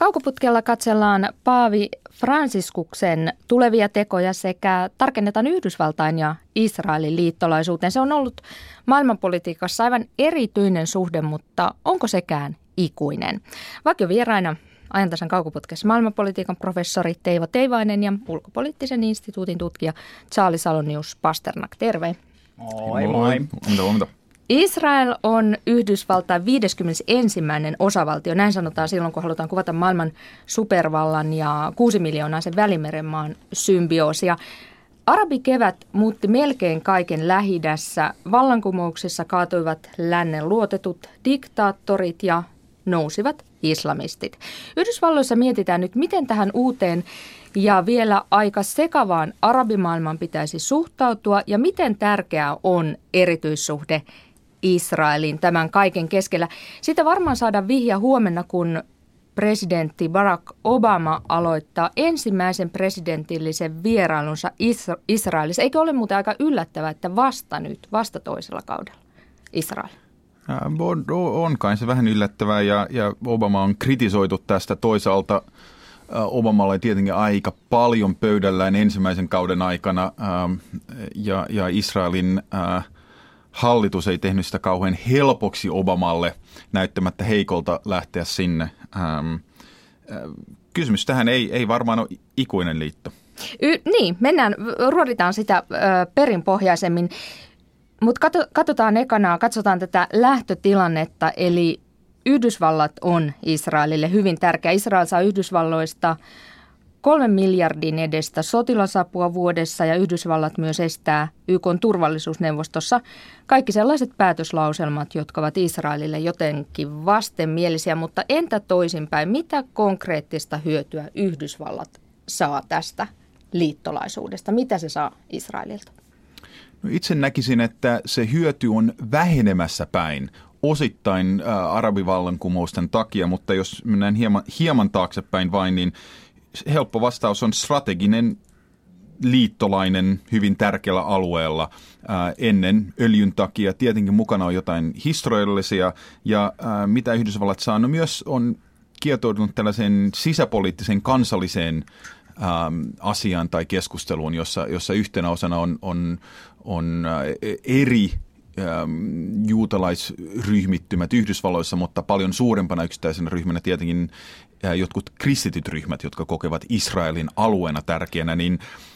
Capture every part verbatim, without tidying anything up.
Kaukoputkella katsellaan Paavi Fransiskuksen tulevia tekoja sekä tarkennetaan Yhdysvaltain ja Israelin liittolaisuuteen. Se on ollut maailmanpolitiikassa aivan erityinen suhde, mutta onko sekään ikuinen? Vakiovieraina ajantasan Kaukoputkessa maailmanpolitiikan professori Teivo Teivainen ja ulkopoliittisen instituutin tutkija Charlie Salonius-Pasternak. Terve. Moi moi. moi. Israel on Yhdysvaltain viideskymmenesensimmäinen osavaltio, näin sanotaan silloin, kun halutaan kuvata maailman supervallan ja kuusi miljoonaisen Välimeren maan symbioosia. Arabikevät muutti melkein kaiken Lähi-idässä. Vallankumouksissa kaatuivat lännen luotetut diktaattorit ja nousivat islamistit. Yhdysvalloissa mietitään nyt, miten tähän uuteen ja vielä aika sekavaan arabimaailmaan pitäisi suhtautua ja miten tärkeää on erityissuhde Israelin tämän kaiken keskellä. Sitä varmaan saadaan vihja huomenna, kun presidentti Barack Obama aloittaa ensimmäisen presidentillisen vierailunsa Israelissa. Eikö ole muuten aika yllättävää, että vasta nyt, vasta toisella kaudella Israel? On kai se vähän yllättävää ja, ja Obama on kritisoitu tästä toisaalta. Obamalla oli tietenkin aika paljon pöydällään ensimmäisen kauden aikana ja, ja Israelin hallitus ei tehnyt sitä kauhean helpoksi Obamalle näyttämättä heikolta lähteä sinne. Kysymys tähän ei, ei varmaan ole ikuinen liitto. Y- niin, mennään, ruoditaan sitä ö, perinpohjaisemmin, mutta katsotaan ekana, katsotaan tätä lähtötilannetta, eli Yhdysvallat on Israelille hyvin tärkeä. Israel saa Yhdysvalloista kolmen miljardin edestä sotilasapua vuodessa ja Yhdysvallat myös estää Y K:n turvallisuusneuvostossa kaikki sellaiset päätöslauselmat, jotka ovat Israelille jotenkin vastenmielisiä. Mutta entä toisinpäin, mitä konkreettista hyötyä Yhdysvallat saa tästä liittolaisuudesta? Mitä se saa Israelilta? No itse näkisin, että se hyöty on vähenemässä päin. Osittain ä, arabivallankumousten takia, mutta jos mennään hieman, hieman taaksepäin vain, niin helppo vastaus on strateginen liittolainen hyvin tärkeällä alueella ä, ennen öljyn takia. Tietenkin mukana on jotain historiallisia ja ä, mitä Yhdysvallat saa, no myös on kietoutunut tällaiseen sisäpoliittiseen kansalliseen ä, asiaan tai keskusteluun, jossa, jossa yhtenä osana on, on, on ä, eri juutalaisryhmittymät Yhdysvalloissa, mutta paljon suurempana yksittäisenä ryhmänä tietenkin jotkut kristityt ryhmät, jotka kokevat Israelin alueena tärkeänä, niin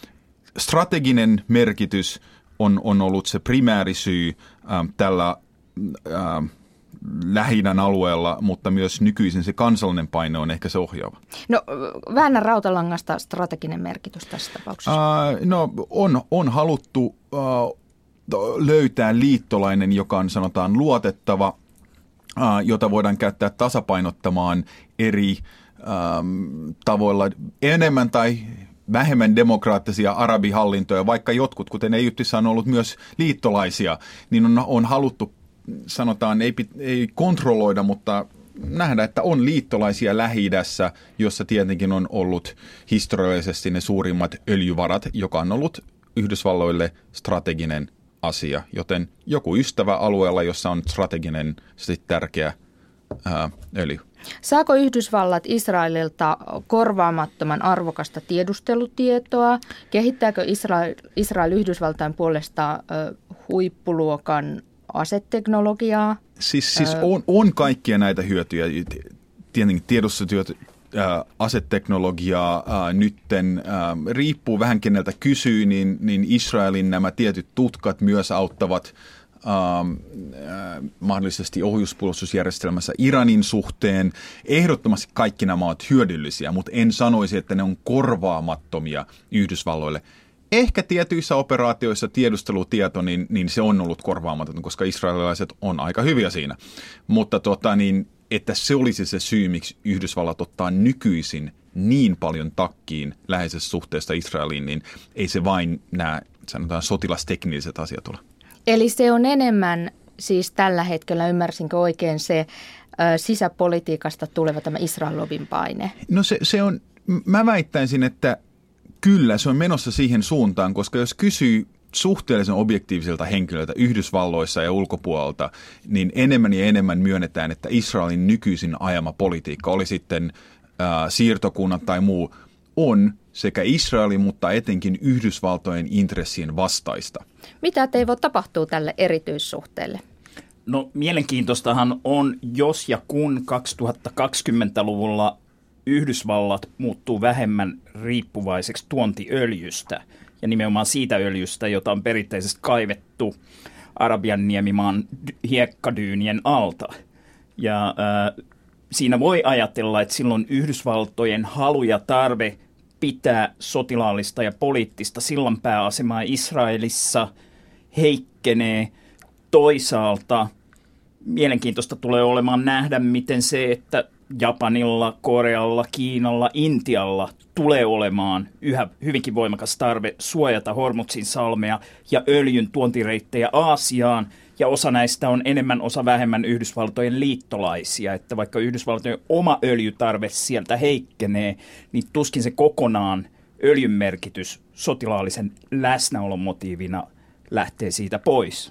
strateginen merkitys on, on ollut se primäärisyy äh, tällä äh, Lähi-idän alueella, mutta myös nykyisin se kansallinen paine on ehkä se ohjaava. No väännä rautalangasta strateginen merkitys tässä tapauksessa. Äh, no on, on haluttu äh, löytää liittolainen, joka on sanotaan luotettava, jota voidaan käyttää tasapainottamaan eri ähm, tavoilla enemmän tai vähemmän demokraattisia arabihallintoja, vaikka jotkut, kuten Egyptissä on ollut myös liittolaisia, niin on, on haluttu, sanotaan, ei, ei kontrolloida, mutta nähdä, että on liittolaisia Lähi-idässä, jossa tietenkin on ollut historiallisesti ne suurimmat öljyvarat, joka on ollut Yhdysvalloille strateginen asia, joten joku ystävä alueella, jossa on strateginen, tärkeä ää, öljy. Saako Yhdysvallat Israelilta korvaamattoman arvokasta tiedustelutietoa? Kehittääkö Israel, Israel Yhdysvaltain puolesta ö, huippuluokan aseteknologiaa? Siis, siis on, on kaikkia näitä hyötyjä. Tietenkin tiedustelutyöt, aseteknologiaa ää, nytten ää, riippuu vähän keneltä kysyy, niin, niin Israelin nämä tietyt tutkat myös auttavat ää, ää, mahdollisesti ohjuspuolustusjärjestelmässä Iranin suhteen. Ehdottomasti kaikki nämä ovat hyödyllisiä, mutta en sanoisi, että ne on korvaamattomia Yhdysvalloille. Ehkä tietyissä operaatioissa tiedustelutieto, niin, niin se on ollut korvaamaton, koska israelilaiset on aika hyviä siinä, mutta tota niin, että se olisi se syy, miksi Yhdysvallat ottaa nykyisin niin paljon takkiin läheisessä suhteesta Israeliin, niin ei se vain nämä, sanotaan, sotilastekniset asiat ole. Eli se on enemmän siis tällä hetkellä, ymmärsinkö oikein, se ö, sisäpolitiikasta tuleva tämä Israel-lobin paine? No se, se on, mä väittäisin, että kyllä se on menossa siihen suuntaan, koska jos kysyy suhteellisen objektiivisilta henkilöiltä Yhdysvalloissa ja ulkopuolelta, niin enemmän ja enemmän myönnetään, että Israelin nykyisin ajama politiikka oli sitten ää, siirtokunnat tai muu, on sekä Israelin, mutta etenkin Yhdysvaltojen intressien vastaista. Mitä Teivo tapahtuu tälle erityissuhteelle? No mielenkiintoistahan on, jos ja kun kaksituhattakaksikymmentäluvulla Yhdysvallat muuttuu vähemmän riippuvaiseksi tuontiöljystä ja nimenomaan siitä öljystä, jota on perinteisesti kaivettu Arabian niemimaan hiekkadyynien alta. Ja äh, siinä voi ajatella, että silloin Yhdysvaltojen halu ja tarve pitää sotilaallista ja poliittista sillanpääasemaa Israelissa heikkenee. Toisaalta mielenkiintoista tulee olemaan nähdä, miten se, että Japanilla, Korealla, Kiinalla, Intialla tulee olemaan yhä hyvinkin voimakas tarve suojata Hormuzin salmea ja öljyn tuontireittejä Aasiaan. Ja osa näistä on enemmän, osa vähemmän Yhdysvaltojen liittolaisia. Että vaikka Yhdysvaltojen oma öljytarve sieltä heikkenee, niin tuskin se kokonaan öljyn merkitys sotilaallisen läsnäolon motiivina lähtee siitä pois.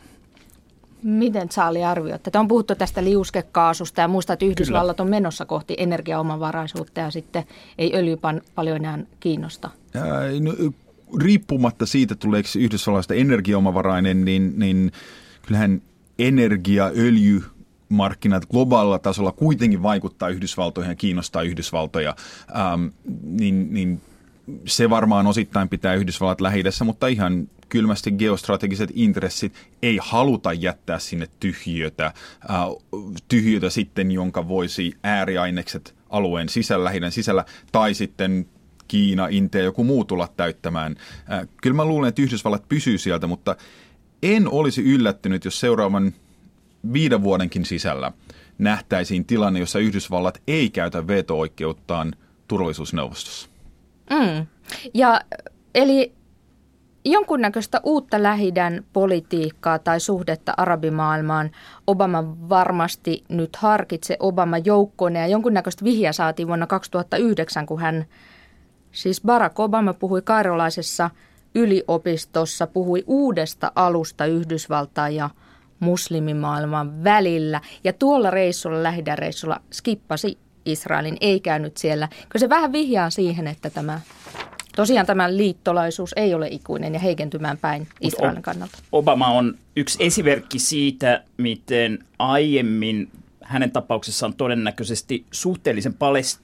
Miten Charlie arvioit? Tätä on puhuttu tästä liuskekaasusta ja muista, että Yhdysvallat on menossa kohti energiaomavaraisuutta ja sitten ei öljy paljon enää kiinnosta. Ää, no, riippumatta siitä, tuleeko Yhdysvalloista energiaomavarainen, niin, niin kyllähän energia, öljy, markkinat globaalilla tasolla kuitenkin vaikuttaa Yhdysvaltoihin ja kiinnostaa Yhdysvaltoja, ähm, niin, niin se varmaan osittain pitää Yhdysvallat Lähi-idässä, mutta ihan kylmästi geostrategiset intressit ei haluta jättää sinne tyhjiötä, äh, tyhjiötä sitten, jonka voisi ääriainekset alueen sisällä, Lähi-idän sisällä, tai sitten Kiina, Intia ja joku muu tulla täyttämään. Äh, kyllä mä luulen, että Yhdysvallat pysyy sieltä, mutta en olisi yllättynyt, jos seuraavan viiden vuodenkin sisällä nähtäisiin tilanne, jossa Yhdysvallat ei käytä veto-oikeuttaan turvallisuusneuvostossa. Mm. Ja, eli jonkunnäköistä uutta Lähi-idän politiikkaa tai suhdetta arabimaailmaan Obama varmasti nyt harkitsee Obama joukkoinen. Ja jonkunnäköistä vihjaa saatiin vuonna kaksituhattayhdeksän, kun hän, siis Barack Obama puhui kairolaisessa yliopistossa, puhui uudesta alusta Yhdysvaltain ja muslimimaailman välillä. Ja tuolla reissulla, Lähi-idän reissulla, skippasi Israelin, ei käynyt siellä. Kyllä se vähän vihjaa siihen, että tämä, tosiaan tämä liittolaisuus ei ole ikuinen ja heikentymään päin Israelin kannalta. Obama on yksi esimerkki siitä, miten aiemmin hänen tapauksessaan todennäköisesti suhteellisen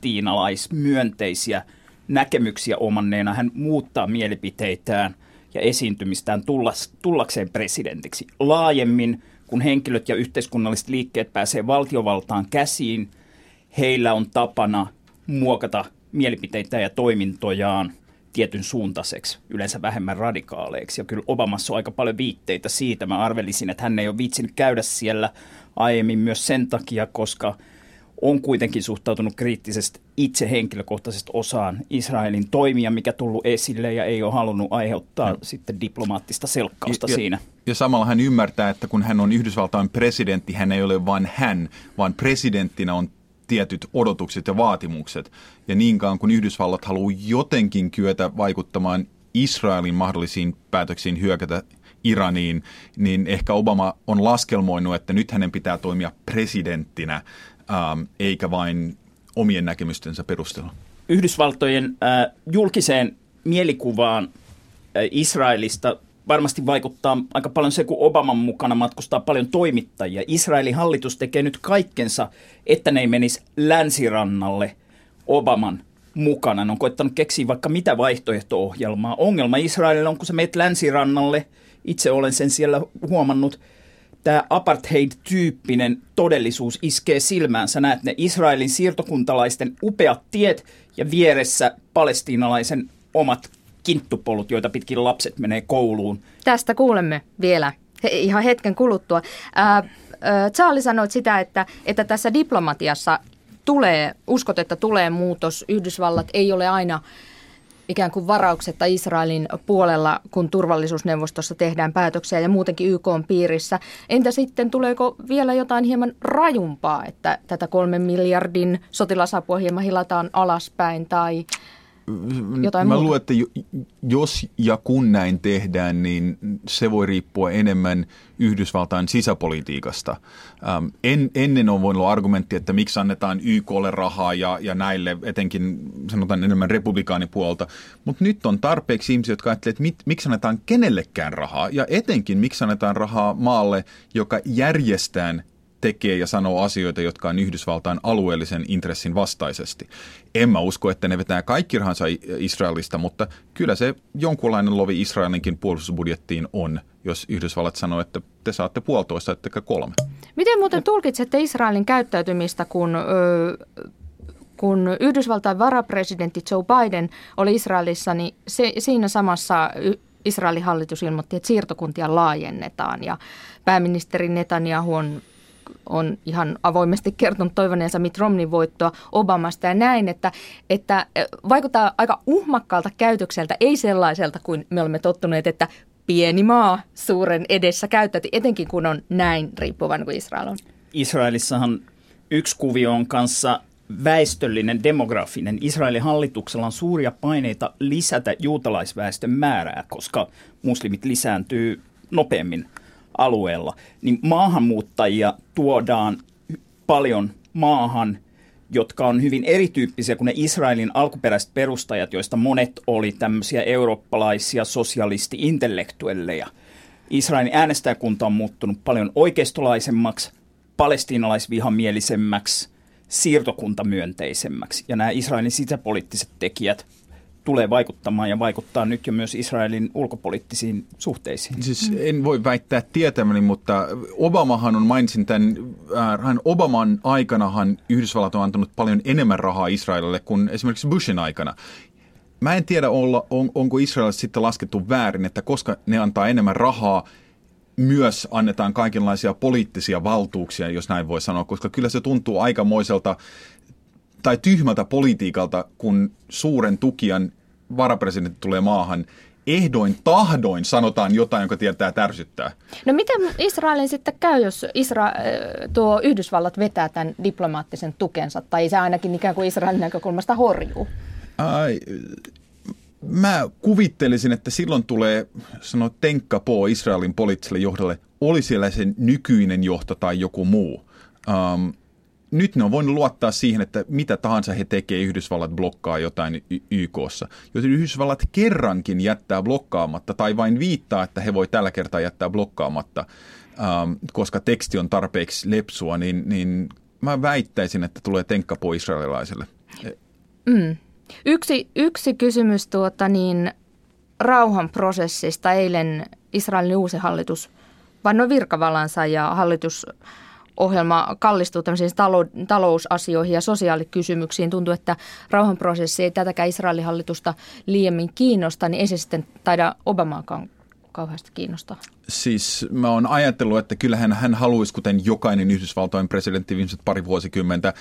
palestiinalaismyönteisiä näkemyksiä omanneena hän muuttaa mielipiteitään ja esiintymistään tullakseen presidentiksi. Laajemmin, kun henkilöt ja yhteiskunnalliset liikkeet pääsee valtiovaltaan käsiin, heillä on tapana muokata mielipiteitä ja toimintojaan tietyn suuntaiseksi, yleensä vähemmän radikaaleiksi. Ja kyllä Obamassa on aika paljon viitteitä siitä. Mä arvelisin, että hän ei ole viitsinyt käydä siellä aiemmin myös sen takia, koska on kuitenkin suhtautunut kriittisesti itse henkilökohtaisesti osaan Israelin toimia, mikä tullut esille, ja ei ole halunnut aiheuttaa no. sitten diplomaattista selkkausta ja, siinä. Ja samalla hän ymmärtää, että kun hän on Yhdysvaltain presidentti, hän ei ole vain hän, vaan presidenttinä on tietyt odotukset ja vaatimukset. Ja niinkaan kun Yhdysvallat haluaa jotenkin kyetä vaikuttamaan Israelin mahdollisiin päätöksiin hyökätä Iraniin, niin ehkä Obama on laskelmoinut, että nyt hänen pitää toimia presidenttinä, ähm, eikä vain omien näkemystensä perusteella. Yhdysvaltojen äh, julkiseen mielikuvaan äh, Israelista varmasti vaikuttaa aika paljon se, kun Obaman mukana matkustaa paljon toimittajia. Israelin hallitus tekee nyt kaikkensa, että ne ei menisi länsirannalle Obaman mukana. Ne on koettanut keksiä vaikka mitä vaihtoehto-ohjelmaa. Ongelma Israelilla on, kun sä meet länsirannalle, itse olen sen siellä huomannut, tämä apartheid-tyyppinen todellisuus iskee silmään. Sä näet ne Israelin siirtokuntalaisten upeat tiet ja vieressä palestiinalaisen omat kinttupolut, joita pitkin lapset menee kouluun. Tästä kuulemme vielä ihan hetken kuluttua. Ää, ää, Charlie sanoi sitä, että, että tässä diplomatiassa tulee, uskot, että tulee muutos. Yhdysvallat ei ole aina ikään kuin varauksetta Israelin puolella, kun turvallisuusneuvostossa tehdään päätöksiä ja muutenkin Y K:n piirissä. Entä sitten, tuleeko vielä jotain hieman rajumpaa, että tätä kolmen miljardin sotilasapua hieman hilataan alaspäin tai jotain Mä muuta? luulen, että jos ja kun näin tehdään, niin se voi riippua enemmän Yhdysvaltain sisäpolitiikasta. Ähm, en, ennen on voinut olla argumentti, että miksi annetaan Y K:lle rahaa ja, ja näille etenkin sanotaan enemmän republikaanipuolta, mutta nyt on tarpeeksi ihmisiä, jotka ajattelevat, että mit, miksi annetaan kenellekään rahaa ja etenkin miksi annetaan rahaa maalle, joka järjestään tekee ja sanoo asioita, jotka on Yhdysvaltain alueellisen intressin vastaisesti. En mä usko, että ne vetää kaikki rahansa Israelista, mutta kyllä se jonkunlainen lovi Israelinkin puolustusbudjettiin on, jos Yhdysvallat sanoo, että te saatte puolitoista, ettekä kolme. Miten muuten tulkitsette Israelin käyttäytymistä, kun, ö, kun Yhdysvaltain varapresidentti Joe Biden oli Israelissa, niin se, siinä samassa Israelin hallitus ilmoitti, että siirtokuntia laajennetaan ja pääministeri Netanyahu on on ihan avoimesti kertonut toivoneensa Mitt Romneyn voittoa Obamasta ja näin, että, että vaikuttaa aika uhmakkaalta käytökseltä, ei sellaiselta kuin me olemme tottuneet, että pieni maa suuren edessä käyttäytyy, etenkin kun on näin riippuvainen kuin Israel on. Israelissahan yksi kuvio on kanssa väestöllinen, demografinen. Israelin hallituksella on suuria paineita lisätä juutalaisväestön määrää, koska muslimit lisääntyy nopeammin alueella, niin maahanmuuttajia tuodaan paljon maahan, jotka on hyvin erityyppisiä kuin ne Israelin alkuperäiset perustajat, joista monet oli tämmöisiä eurooppalaisia sosialisti-intellektuelleja. Israelin äänestäjäkunta on muuttunut paljon oikeistolaisemmaksi, palestiinalaisvihamielisemmäksi, siirtokuntamyönteisemmäksi. Ja nämä Israelin sisäpoliittiset tekijät tulee vaikuttamaan ja vaikuttaa nyt jo myös Israelin ulkopoliittisiin suhteisiin. Siis en voi väittää tietämäni, mutta Obamahan on, mainitsin tämän, äh, Obaman aikanahan Yhdysvallat on antanut paljon enemmän rahaa Israelille kuin esimerkiksi Bushin aikana. Mä en tiedä, olla, on, onko Israelissa sitten laskettu väärin, että koska ne antaa enemmän rahaa, myös annetaan kaikenlaisia poliittisia valtuuksia, jos näin voi sanoa, koska kyllä se tuntuu aikamoiselta tai tyhmältä politiikalta, kun suuren tukijan varapresidentti tulee maahan, ehdoin tahdoin sanotaan jotain, joka tietää tärsyttää. No miten Israelin sitten käy, jos Isra, tuo Yhdysvallat vetää tämän diplomaattisen tukensa, tai se ainakin ikään kuin Israelin näkökulmasta horjuu? Ai, mä kuvittelisin, että silloin tulee sanoa tenkkapoo Israelin poliittiselle johdolle, oli siellä sen nykyinen johto tai joku muu. Um, Nyt ne on voinut luottaa siihen, että mitä tahansa he tekee, Yhdysvallat blokkaa jotain Y K:ssa. Jos Yhdysvallat kerrankin jättää blokkaamatta tai vain viittaa, että he voi tällä kertaa jättää blokkaamatta, ähm, koska teksti on tarpeeksi lepsua, niin, niin mä väittäisin, että tulee tenkkapoo israelilaiselle. Mm. Yksi, yksi kysymys tuota niin, rauhanprosessista. Eilen Israelin uusi hallitus vannoi virkavallansa ja hallitus ohjelma kallistuu tämmöisiin talousasioihin ja sosiaalikysymyksiin. Tuntuu, että rauhanprosessi ei tätäkään Israelin hallitusta liiemmin kiinnosta, niin ei se sitten taida Obamaakaan kauheasti kiinnostaa. Siis mä oon ajatellut, että kyllähän hän haluaisi, kuten jokainen Yhdysvaltojen presidentti viimeiset pari vuosikymmentä,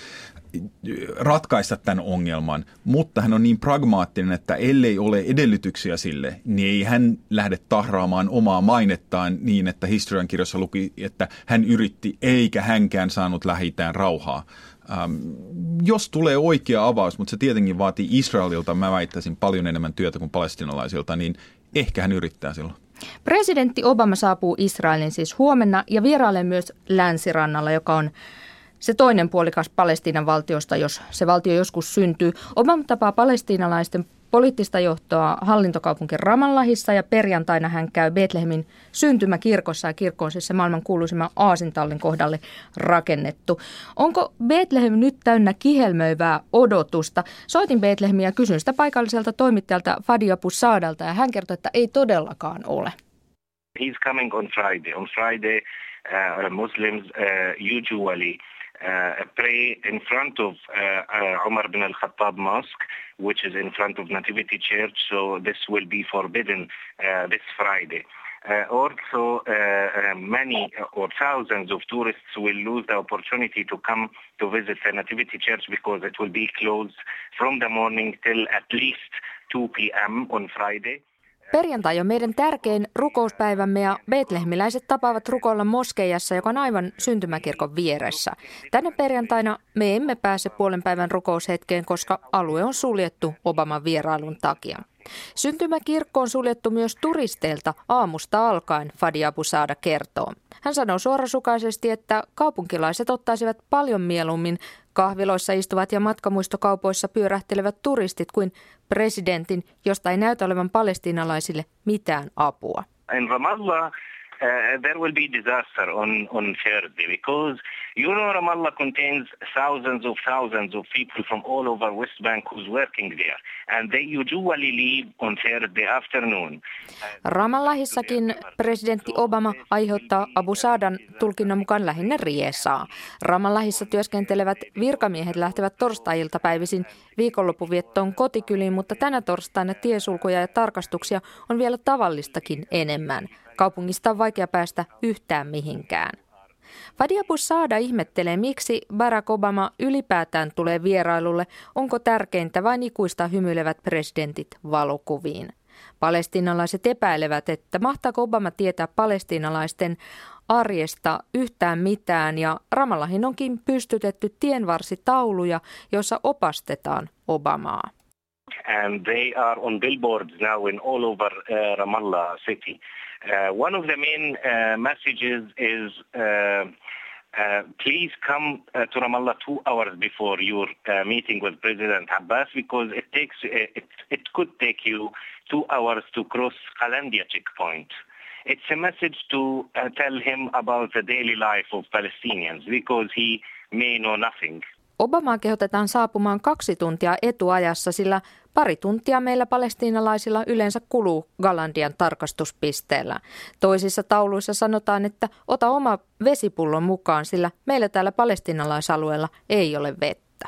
ratkaista tämän ongelman, mutta hän on niin pragmaattinen, että ellei ole edellytyksiä sille, niin ei hän lähde tahraamaan omaa mainettaan niin, että historiankirjassa luki, että hän yritti eikä hänkään saanut Lähi-itään rauhaa. Ähm, jos tulee oikea avaus, mutta se tietenkin vaatii Israelilta, mä väittäisin, paljon enemmän työtä kuin palestiinalaisilta, niin ehkä hän yrittää silloin. Presidentti Obama saapuu Israelin siis huomenna ja vierailee myös Länsirannalla, joka on se toinen puolikas Palestiinan valtiosta, jos se valtio joskus syntyy. Obama tapaa palestiinalaisten poliittista johtoa hallintokaupunki Ramallahissa ja perjantaina hän käy Betlehemin syntymäkirkossa ja kirkko on siis se maailman kuuluisimman aasintallin kohdalle rakennettu. Onko Betlehem nyt täynnä kihelmöivää odotusta? Soitin Betlehemiä ja kysyin sitä paikalliselta toimittajalta Fadi Abu Saadalta ja hän kertoi, että ei todellakaan ole. He's coming on Friday. On Friday uh, Muslims uh, usually Uh, pray in front of uh, uh, Umar bin al-Khattab Mosque, which is in front of Nativity Church, so this will be forbidden uh, this Friday. Uh, also, uh, uh, many or thousands of tourists will lose the opportunity to come to visit the Nativity Church because it will be closed from the morning till at least two p.m. on Friday. Perjantai on meidän tärkein rukouspäivämme ja betlehemiläiset tapaavat rukoilla moskeijassa, joka on aivan syntymäkirkon vieressä. Tänä perjantaina me emme pääse puolen päivän rukoushetkeen, koska alue on suljettu Obaman vierailun takia. Syntymäkirkko on suljettu myös turisteilta aamusta alkaen, Fadi Abu Saada kertoo. Hän sanoo suorasukaisesti, että kaupunkilaiset ottaisivat paljon mieluummin kahviloissa istuvat ja matkamuistokaupoissa pyörähtelevät turistit kuin presidentin, josta ei näytä olevan palestiinalaisille mitään apua. In Ramallah, Uh, there will be disaster on, on Thursday because, you know, Ramallah contains thousands of thousands of people from all over West Bank who's working there, and they usually leave on Thursday afternoon. Ramallahissakin presidentti Obama aiheuttaa Abu Saadan tulkinnan mukaan lähinnä riesaa. Ramallahissa työskentelevät virkamiehet lähtevät torstai-iltapäivisin viikonloppuviettoon kotikyliin, mutta tänä torstaina tiesulkuja ja tarkastuksia on vielä tavallistakin enemmän. Kaupungista on vaikea päästä yhtään mihinkään. Fadi Abu Saada ihmettelee, miksi Barack Obama ylipäätään tulee vierailulle, onko tärkeintä vain ikuista hymyilevät presidentit valokuviin. Palestiinalaiset epäilevät, että mahtaako Obama tietää palestiinalaisten arjesta yhtään mitään, ja Ramallahin onkin pystytetty tienvarsitauluja, joissa opastetaan Obamaa. And they are on billboards now in all over uh, Ramallah city. Uh, one of the main uh, messages is uh, uh, please come uh, to Ramallah two hours before your uh, meeting with President Abbas, because it takes uh, it, it could take you two hours to cross Qalandia checkpoint. It's a message to uh, tell him about the daily life of Palestinians, because he may know nothing. Obamaa kehotetaan saapumaan kaksi tuntia etuajassa, sillä pari tuntia meillä palestiinalaisilla yleensä kuluu Qalandian tarkastuspisteellä. Toisissa tauluissa sanotaan, että ota oma vesipullo mukaan, sillä meillä täällä palestiinalaisalueella ei ole vettä.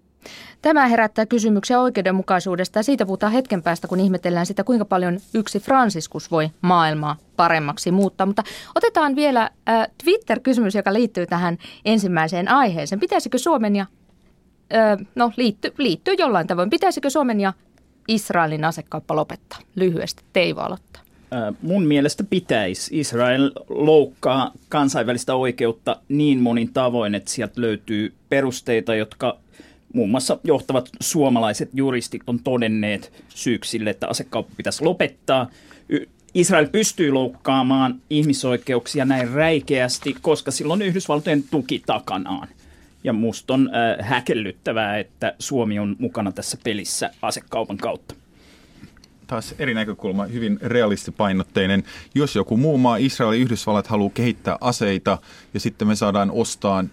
Tämä herättää kysymyksiä oikeudenmukaisuudesta ja siitä puhutaan hetken päästä, kun ihmetellään sitä, kuinka paljon yksi Franciscus voi maailmaa paremmaksi muuttaa. Mutta otetaan vielä äh, Twitter-kysymys, joka liittyy tähän ensimmäiseen aiheeseen. Pitäisikö Suomen ja, äh, no liittyy, liittyy jollain tavoin, pitäisikö Suomen ja Israelin asekauppa lopettaa? Lyhyesti, Teivo aloittaa. Mun mielestä pitäisi. Israel loukkaa kansainvälistä oikeutta niin monin tavoin, että sieltä löytyy perusteita, jotka muun muassa johtavat suomalaiset juristit on todenneet syyksille, että asekauppa pitäisi lopettaa. Israel pystyy loukkaamaan ihmisoikeuksia näin räikeästi, koska sillä on Yhdysvaltojen tuki takanaan. Ja musta on äh, häkellyttävää, että Suomi on mukana tässä pelissä asekaupan kautta. Taas eri näkökulma, hyvin realistipainotteinen. Jos joku muu maa, Israel ja Yhdysvallat, haluaa kehittää aseita ja sitten me saadaan ostaa,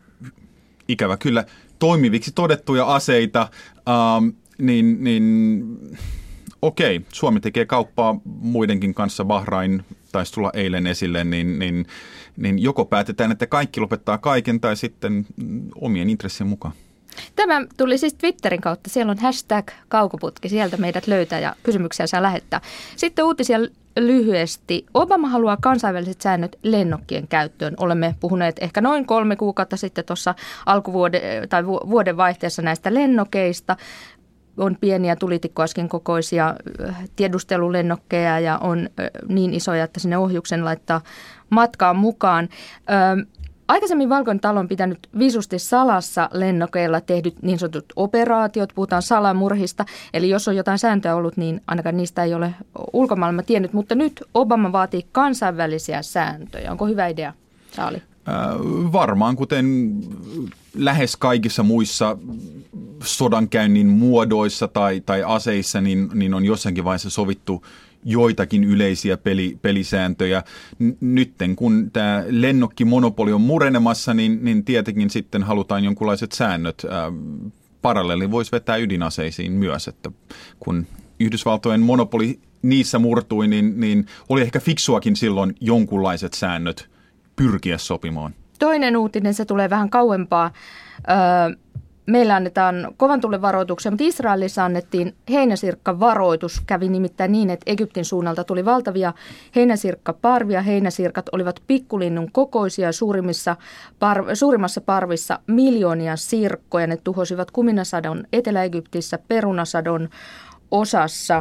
ikävä kyllä, toimiviksi todettuja aseita, ähm, niin, niin okei, Suomi tekee kauppaa muidenkin kanssa, Bahrain taisi tulla eilen esille, niin, niin, niin joko päätetään, että kaikki lopettaa kaiken tai sitten omien intressien mukaan. Tämä tuli siis Twitterin kautta. Siellä on hashtag kaukoputki. Sieltä meidät löytää ja kysymyksiä saa lähettää. Sitten uutisia lyhyesti. Obama haluaa kansainväliset säännöt lennokkien käyttöön. Olemme puhuneet ehkä noin kolme kuukautta sitten tuossa alkuvuoden tai vuoden vaihteessa näistä lennokeista. On pieniä tulitikkoaskin kokoisia tiedustelulennokkeja ja on niin isoja, että sinne ohjuksen laittaa matkaan mukaan. Aikaisemmin Valkoinen talo on pitänyt visusti salassa lennokeilla tehdyt niin sanotut operaatiot, puhutaan salamurhista. Eli jos on jotain sääntöä ollut, niin ainakaan niistä ei ole ulkomaailma tiennyt. Mutta nyt Obama vaatii kansainvälisiä sääntöjä. Onko hyvä idea, Saali? Äh, varmaan, kuten lähes kaikissa muissa sodankäynnin muodoissa tai, tai aseissa, niin, niin on jossakin vaiheessa sovittu joitakin yleisiä peli, pelisääntöjä. Nytten kun tämä lennokkimonopoli on murenemassa, niin, niin tietenkin sitten halutaan jonkunlaiset säännöt. Ää, paralleeli voisi vetää ydinaseisiin myös, että kun Yhdysvaltojen monopoli niissä murtui, niin, niin oli ehkä fiksuakin silloin jonkunlaiset säännöt pyrkiä sopimaan. Toinen uutinen, se tulee vähän kauempaa. Öö, Meillä annetaan kovan tulen varoituksia, mutta Israelissa annettiin heinäsirkkavaroitus. Kävi nimittäin niin, että Egyptin suunnalta tuli valtavia heinäsirkkaparvia. Heinäsirkat olivat pikkulinnun kokoisia, suurimmissa parv- suurimmassa parvissa miljoonia sirkkoja. Ne tuhosivat kuminasadon Etelä-Egyptissä, perunasadon osassa.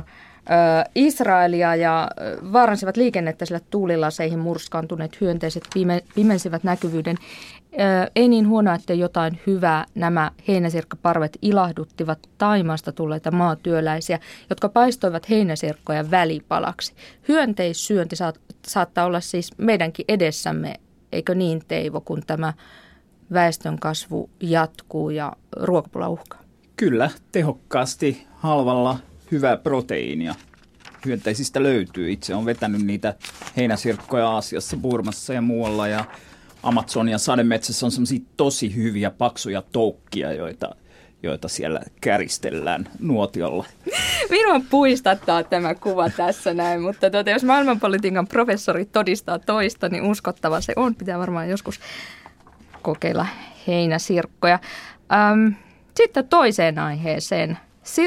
Israelia ja vaaransivat liikennettä, sillä tuulilaseihin murskaantuneet hyönteiset pime, pimensivät näkyvyyden. Ei niin huonoa, että jotain hyvää. Nämä heinäsirkkaparvet ilahduttivat Thaimaasta tulleita maatyöläisiä, jotka paistoivat heinäsirkkoja välipalaksi. Hyönteissyönti saat, saattaa olla siis meidänkin edessämme, eikö niin Teivo, kun tämä väestönkasvu jatkuu ja ruokapula uhkaa? Kyllä, tehokkaasti, halvalla, hyvää proteiinia hyönteisistä löytyy. Itse olen vetänyt niitä heinäsirkkoja Aasiassa, Burmassa ja muualla, ja Amazonian sademetsässä on semmoisia tosi hyviä paksuja toukkia, joita, joita siellä käristellään nuotiolla. Minua puistattaa tämä kuva tässä näin, mutta tuota, jos maailmanpolitiikan professori todistaa toista, niin uskottava se on. Pitää varmaan joskus kokeilla heinäsirkkoja. Ähm, sitten toiseen aiheeseen.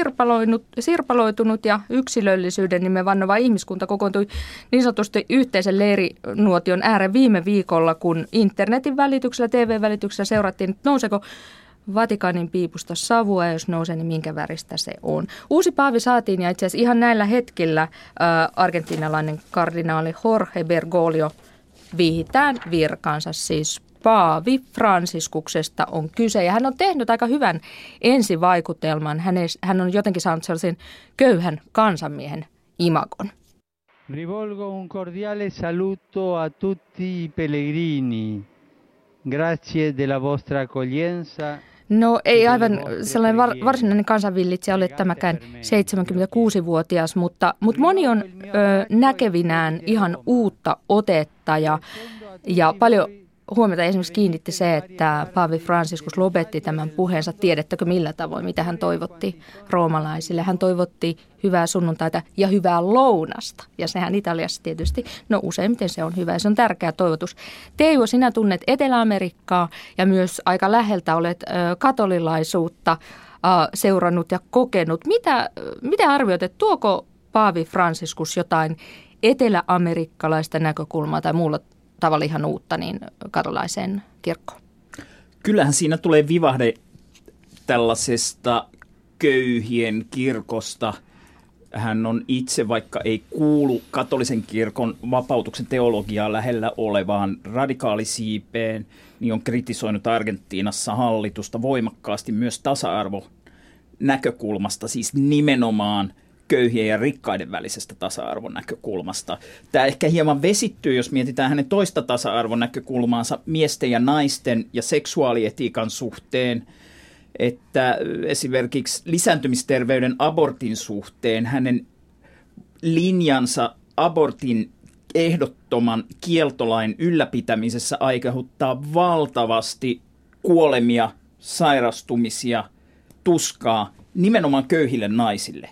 Sirpaloitunut ja yksilöllisyyden nimen vannova ihmiskunta kokoontui niin sanotusti yhteisen leirinuotion ääreen viime viikolla, kun internetin välityksellä, T V-välityksellä seurattiin, että nouseeko Vatikaanin piipusta savua, ja jos nousee, niin minkä väristä se on. Uusi paavi saatiin, ja itse asiassa ihan näillä hetkillä äh, argentiinalainen kardinaali Jorge Bergoglio viihitään virkaansa, siis paavi Franciskuksesta on kyse, ja hän on tehnyt aika hyvän ensivaikutelman. Hän on jotenkin saanut sellaisen köyhän kansanmiehen imagon. Rivolgo un cordiale saluto a tutti i pellegrini. Grazie della vostra accoglienza. No ei aivan sellainen var, varsinainen kansanvillitsijä ole tämäkään seitsemänkymmentäkuusi-vuotias, mutta, mutta moni on ö, näkevinään ihan uutta otetta ja, ja paljon huomiota esimerkiksi kiinnitti se, että paavi Franciscus lopetti tämän puheensa. Tiedättekö millä tavoin, mitä hän toivotti roomalaisille? Hän toivotti hyvää sunnuntaita ja hyvää lounasta. Ja sehän Italiassa tietysti, no useimmiten se on hyvä ja se on tärkeä toivotus. Teivo, sinä tunnet Etelä-Amerikkaa ja myös aika läheltä olet ö, katolilaisuutta ö, seurannut ja kokenut. Mitä, mitä arvioit, että tuoko paavi Franciscus jotain etelä-amerikkalaista näkökulmaa tai muulla tavalla ihan uutta niin katolaiseen kirkkoon? Kyllähän siinä tulee vivahde tällaisesta köyhien kirkosta. Hän on itse, vaikka ei kuulu katolisen kirkon vapautuksen teologiaa lähellä olevaan radikaalisiipeen, niin on kritisoinut Argentiinassa hallitusta voimakkaasti myös tasa-arvo näkökulmasta, siis nimenomaan köyhien ja rikkaiden välisestä tasa-arvon näkökulmasta. Tämä ehkä hieman vesittyy, jos mietitään hänen toista tasa-arvon näkökulmaansa miesten ja naisten ja seksuaalietiikan suhteen, että esimerkiksi lisääntymisterveyden abortin suhteen hänen linjansa abortin ehdottoman kieltolain ylläpitämisessä aiheuttaa valtavasti kuolemia, sairastumisia, tuskaa nimenomaan köyhille naisille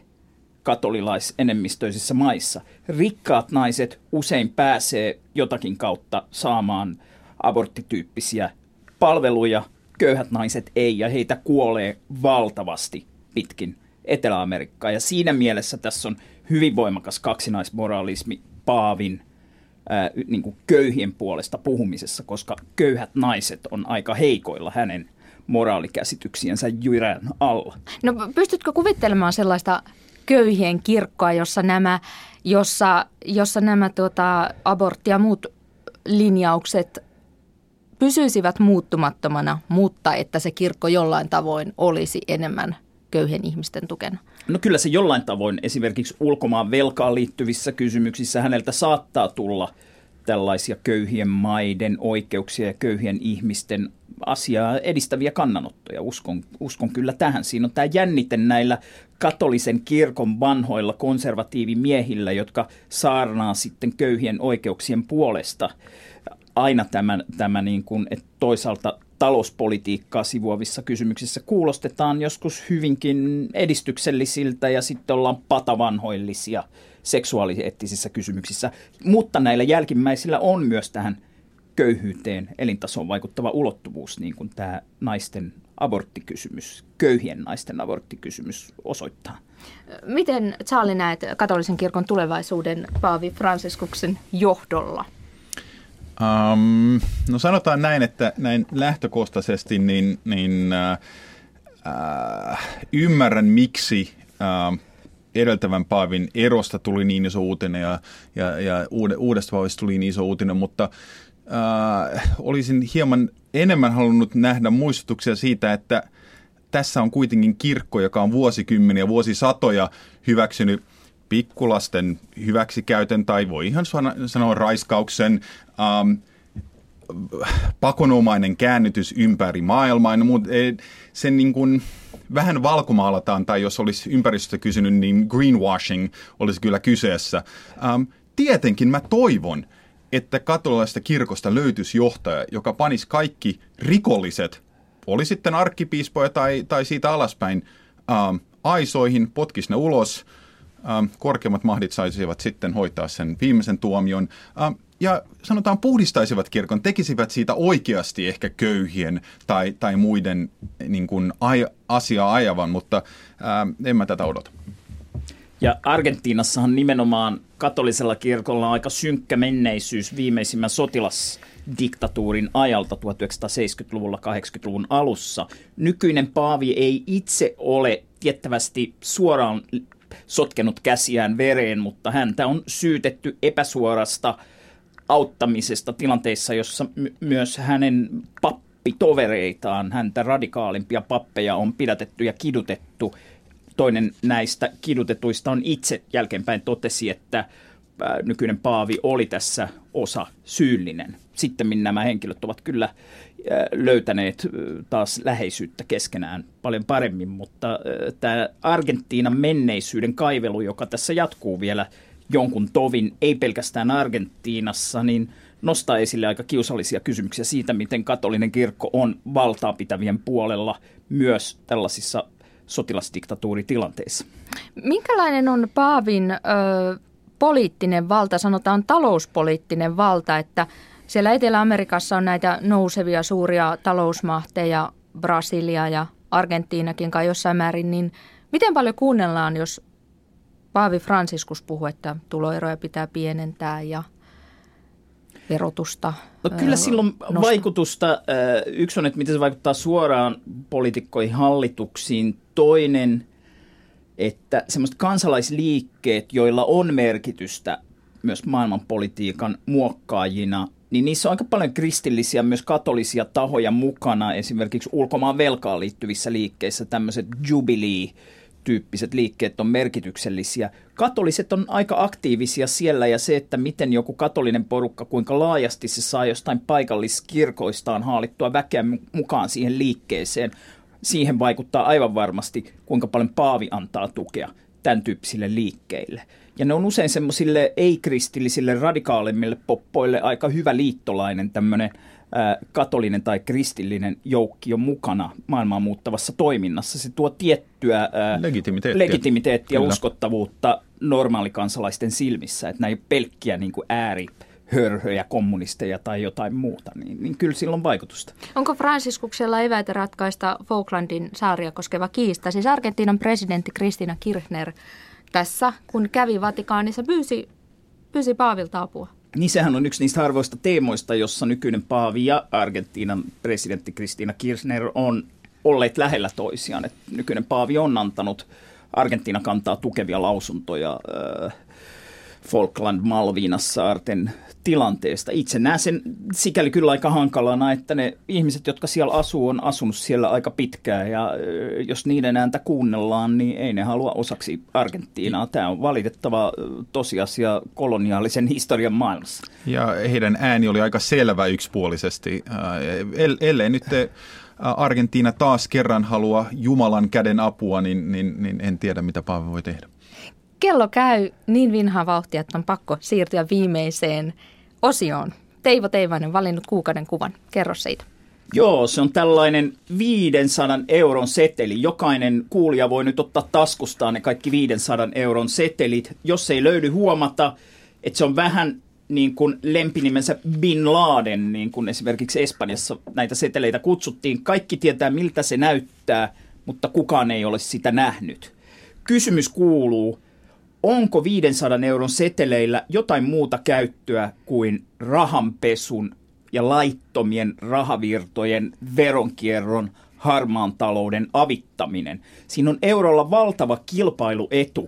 katolilaisenemmistöisissä maissa. Rikkaat naiset usein pääsee jotakin kautta saamaan aborttityyppisiä palveluja, köyhät naiset ei, ja heitä kuolee valtavasti pitkin Etelä-Amerikkaa. Ja siinä mielessä tässä on hyvin voimakas kaksinaismoralismi paavin ää, niin kuin köyhien puolesta puhumisessa, koska köyhät naiset on aika heikoilla hänen moraalikäsityksiensä jyrän alla. No pystytkö kuvittelemaan sellaista köyhien kirkkoa, jossa nämä, jossa, jossa nämä tuota, abortti ja muut linjaukset pysyisivät muuttumattomana, mutta että se kirkko jollain tavoin olisi enemmän köyhien ihmisten tukena? No kyllä se jollain tavoin esimerkiksi ulkomaan velkaan liittyvissä kysymyksissä häneltä saattaa tulla tällaisia köyhien maiden oikeuksia ja köyhien ihmisten asiaa edistäviä kannanottoja. Uskon, uskon kyllä tähän. Siinä on tämä jännite näillä katolisen kirkon vanhoilla konservatiivimiehillä, jotka saarnaa sitten köyhien oikeuksien puolesta. Aina tämä, tämä niin kuin, että toisaalta talouspolitiikkaa sivuavissa kysymyksissä kuulostetaan joskus hyvinkin edistyksellisiltä ja sitten ollaan patavanhoillisia seksuaalieettisissä kysymyksissä. Mutta näillä jälkimmäisillä on myös tähän köyhyyteen, elintasoon vaikuttava ulottuvuus, niin kuin tämä naisten aborttikysymys, köyhien naisten aborttikysymys osoittaa. Miten, Charlie, näet katolisen kirkon tulevaisuuden paavi Franciscuksen johdolla? Um, no sanotaan näin, että näin lähtökohtaisesti niin, niin äh, äh, ymmärrän, miksi äh, edeltävän paavin erosta tuli niin iso uutinen ja, ja, ja uudesta paavista tuli niin iso uutinen, mutta äh, olisin hieman enemmän halunnut nähdä muistutuksia siitä, että tässä on kuitenkin kirkko, joka on vuosikymmeniä, vuosisatoja hyväksynyt pikkulasten hyväksikäytön tai voi ihan sanoa raiskauksen, ähm, pakonomainen käännytys ympäri maailmaa. No, sen niin kuin vähän valkomaalataan, tai jos olisi ympäristöstä kysynyt, niin greenwashing olisi kyllä kyseessä. Ähm, tietenkin mä toivon, että katolilaisesta kirkosta löytyisi johtaja, joka panisi kaikki rikolliset, oli sitten arkkipiispoja tai, tai siitä alaspäin, ähm, aisoihin, potkisi ne ulos. Ähm, korkeimmat mahdit saisivat sitten hoitaa sen viimeisen tuomion. Ähm, ja sanotaan puhdistaisivat kirkon, tekisivät siitä oikeasti ehkä köyhien tai, tai muiden niin kuin ai, asiaa ajavan, mutta ähm, en mä tätä odota. Ja Argentiinassahan nimenomaan katolisella kirkolla on aika synkkä menneisyys viimeisimmän sotilasdiktatuurin ajalta tuhatyhdeksänsataaseitsemänkymmentäluvulla kahdeksankymmentäluvun alussa. Nykyinen paavi ei itse ole tiettävästi suoraan sotkenut käsiään vereen, mutta häntä on syytetty epäsuorasta auttamisesta tilanteissa, jossa my- myös hänen pappitovereitaan, häntä radikaalimpia pappeja on pidätetty ja kidutettu. Toinen näistä kidutetuista on itse jälkeenpäin totesi, että nykyinen paavi oli tässä osa syyllinen. Sitten nämä henkilöt ovat kyllä löytäneet taas läheisyyttä keskenään paljon paremmin, mutta tämä Argentiinan menneisyyden kaivelu, joka tässä jatkuu vielä jonkun tovin, ei pelkästään Argentiinassa, niin nostaa esille aika kiusallisia kysymyksiä siitä, miten katolinen kirkko on valtaa pitävien puolella myös tällaisissa sotilasdiktatuuritilanteissa. Minkälainen on paavin ö, poliittinen valta, sanotaan talouspoliittinen valta, että siellä Etelä-Amerikassa on näitä nousevia suuria talousmahteja, Brasilia ja Argentiinakin kai jossain määrin, niin miten paljon kuunnellaan, jos paavi Franciscus puhuu, että tuloeroja pitää pienentää ja verotusta No kyllä silloin nostaa. Vaikutusta. Yksi on, että miten se vaikuttaa suoraan poliitikkoihin, hallituksiin. Toinen, että semmoiset kansalaisliikkeet, joilla on merkitystä myös maailmanpolitiikan muokkaajina, niin niissä on aika paljon kristillisiä, myös katolisia tahoja mukana. Esimerkiksi ulkomaan velkaan liittyvissä liikkeissä tämmöiset Jubilee-tyyppiset liikkeet on merkityksellisiä. Katoliset on aika aktiivisia siellä, ja se, että miten joku katolinen porukka, kuinka laajasti se saa jostain paikalliskirkoistaan haalittua väkeä mukaan siihen liikkeeseen, siihen vaikuttaa aivan varmasti, kuinka paljon paavi antaa tukea tämän tyyppisille liikkeille. Ja ne on usein semmoisille ei-kristillisille, radikaalimmille poppoille aika hyvä liittolainen tämmöinen ää, katolinen tai kristillinen joukkio mukana maailmaa muuttavassa toiminnassa. Se tuo tiettyä ää, legitimiteettiä, legitimiteettiä ja uskottavuutta normaalikansalaisten silmissä, että nämä ei ole pelkkiä niin kuin äärihörhöjä, kommunisteja tai jotain muuta, niin, niin kyllä sillä on vaikutusta. Onko Franciscuksella eväitä ratkaista Falklandin saaria koskeva kiista? Siis Argentiinan presidentti Cristina Kirchner tässä, kun kävi Vatikaanissa, pyysi, pyysi paavilta apua. Niin sehän on yksi niistä harvoista teemoista, jossa nykyinen paavi ja Argentiinan presidentti Cristina Kirchner on olleet lähellä toisiaan. Et nykyinen paavi on antanut Argentiina kantaa tukevia lausuntoja äh, Falkland-Malvinas-saarten tilanteesta. Itse näen sen sikäli kyllä aika hankalana, että ne ihmiset, jotka siellä asuu, on asunut siellä aika pitkään, ja jos niiden ääntä kuunnellaan, niin ei ne halua osaksi Argentiinaa. Tämä on valitettava tosiasia koloniaalisen historian maailmassa. Ja heidän ääni oli aika selvä yksipuolisesti, ellei nyt Argentiina taas kerran halua Jumalan käden apua, niin, niin, niin en tiedä, mitä paavi voi tehdä. Kello käy niin vinhaa vauhtia, että on pakko siirtyä viimeiseen osioon. Teivo Teivainen valinnut kuukauden kuvan. Kerro siitä. Joo, se on tällainen viisisataa euron seteli. Jokainen kuulija voi nyt ottaa taskustaan ne kaikki viisisataa euron setelit. Jos ei löydy, huomata, että se on vähän niin kuin lempinimensä Bin Laden, niin kuin esimerkiksi Espanjassa näitä seteleitä kutsuttiin. Kaikki tietää, miltä se näyttää, mutta kukaan ei ole sitä nähnyt. Kysymys kuuluu, onko viisisataa euron seteleillä jotain muuta käyttöä kuin rahanpesun ja laittomien rahavirtojen, veronkierron, harmaan talouden avittaminen? Siinä on eurolla valtava kilpailuetu,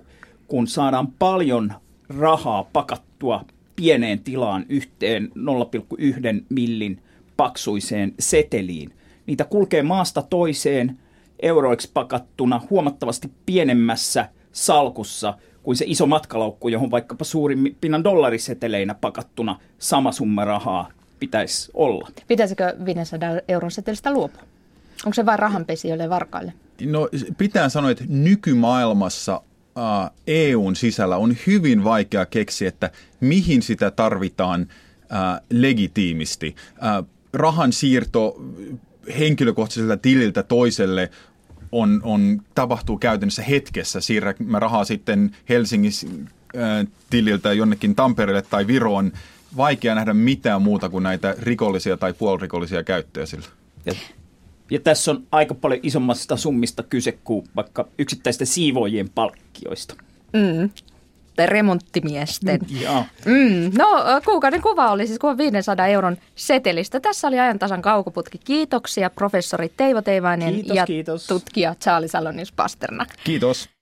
kun saadaan paljon rahaa pakattua pieneen tilaan yhteen nolla pilkku yksi millin paksuiseen seteliin. Niitä kulkee maasta toiseen euroiksi pakattuna huomattavasti pienemmässä salkussa kuin se iso matkalaukku, johon vaikkapa suurin pinnan dollariseteleinä pakattuna sama summa rahaa pitäisi olla. Pitäisikö viisisadan euron setelistä luopua? Onko se vain rahanpesijöille ja varkaille? No pitää sanoa, että nykymaailmassa uh, E U:n sisällä on hyvin vaikea keksiä, että mihin sitä tarvitaan uh, legitiimisti. Uh, rahan siirto henkilökohtaiselta tililtä toiselle on, on, tapahtuu käytännössä hetkessä. Siirrämme rahaa sitten Helsingissä äh, tililtä jonnekin Tampereelle tai Viroon. Vaikea nähdä mitään muuta kuin näitä rikollisia tai puolirikollisia käyttöjä sillä. Ja, ja tässä on aika paljon isommasta summista kyse kuin vaikka yksittäisten siivoojien palkkioista. Mm. Tai remonttimiesten. Joo. Mm. No, kuukauden kuva oli siis kuva viisisadan euron setelistä. Tässä oli ajantasan kaukoputki. Kiitoksia professori Teivo Teivainen kiitos, ja kiitos. tutkija Charlie Salonis Pasternak. Kiitos.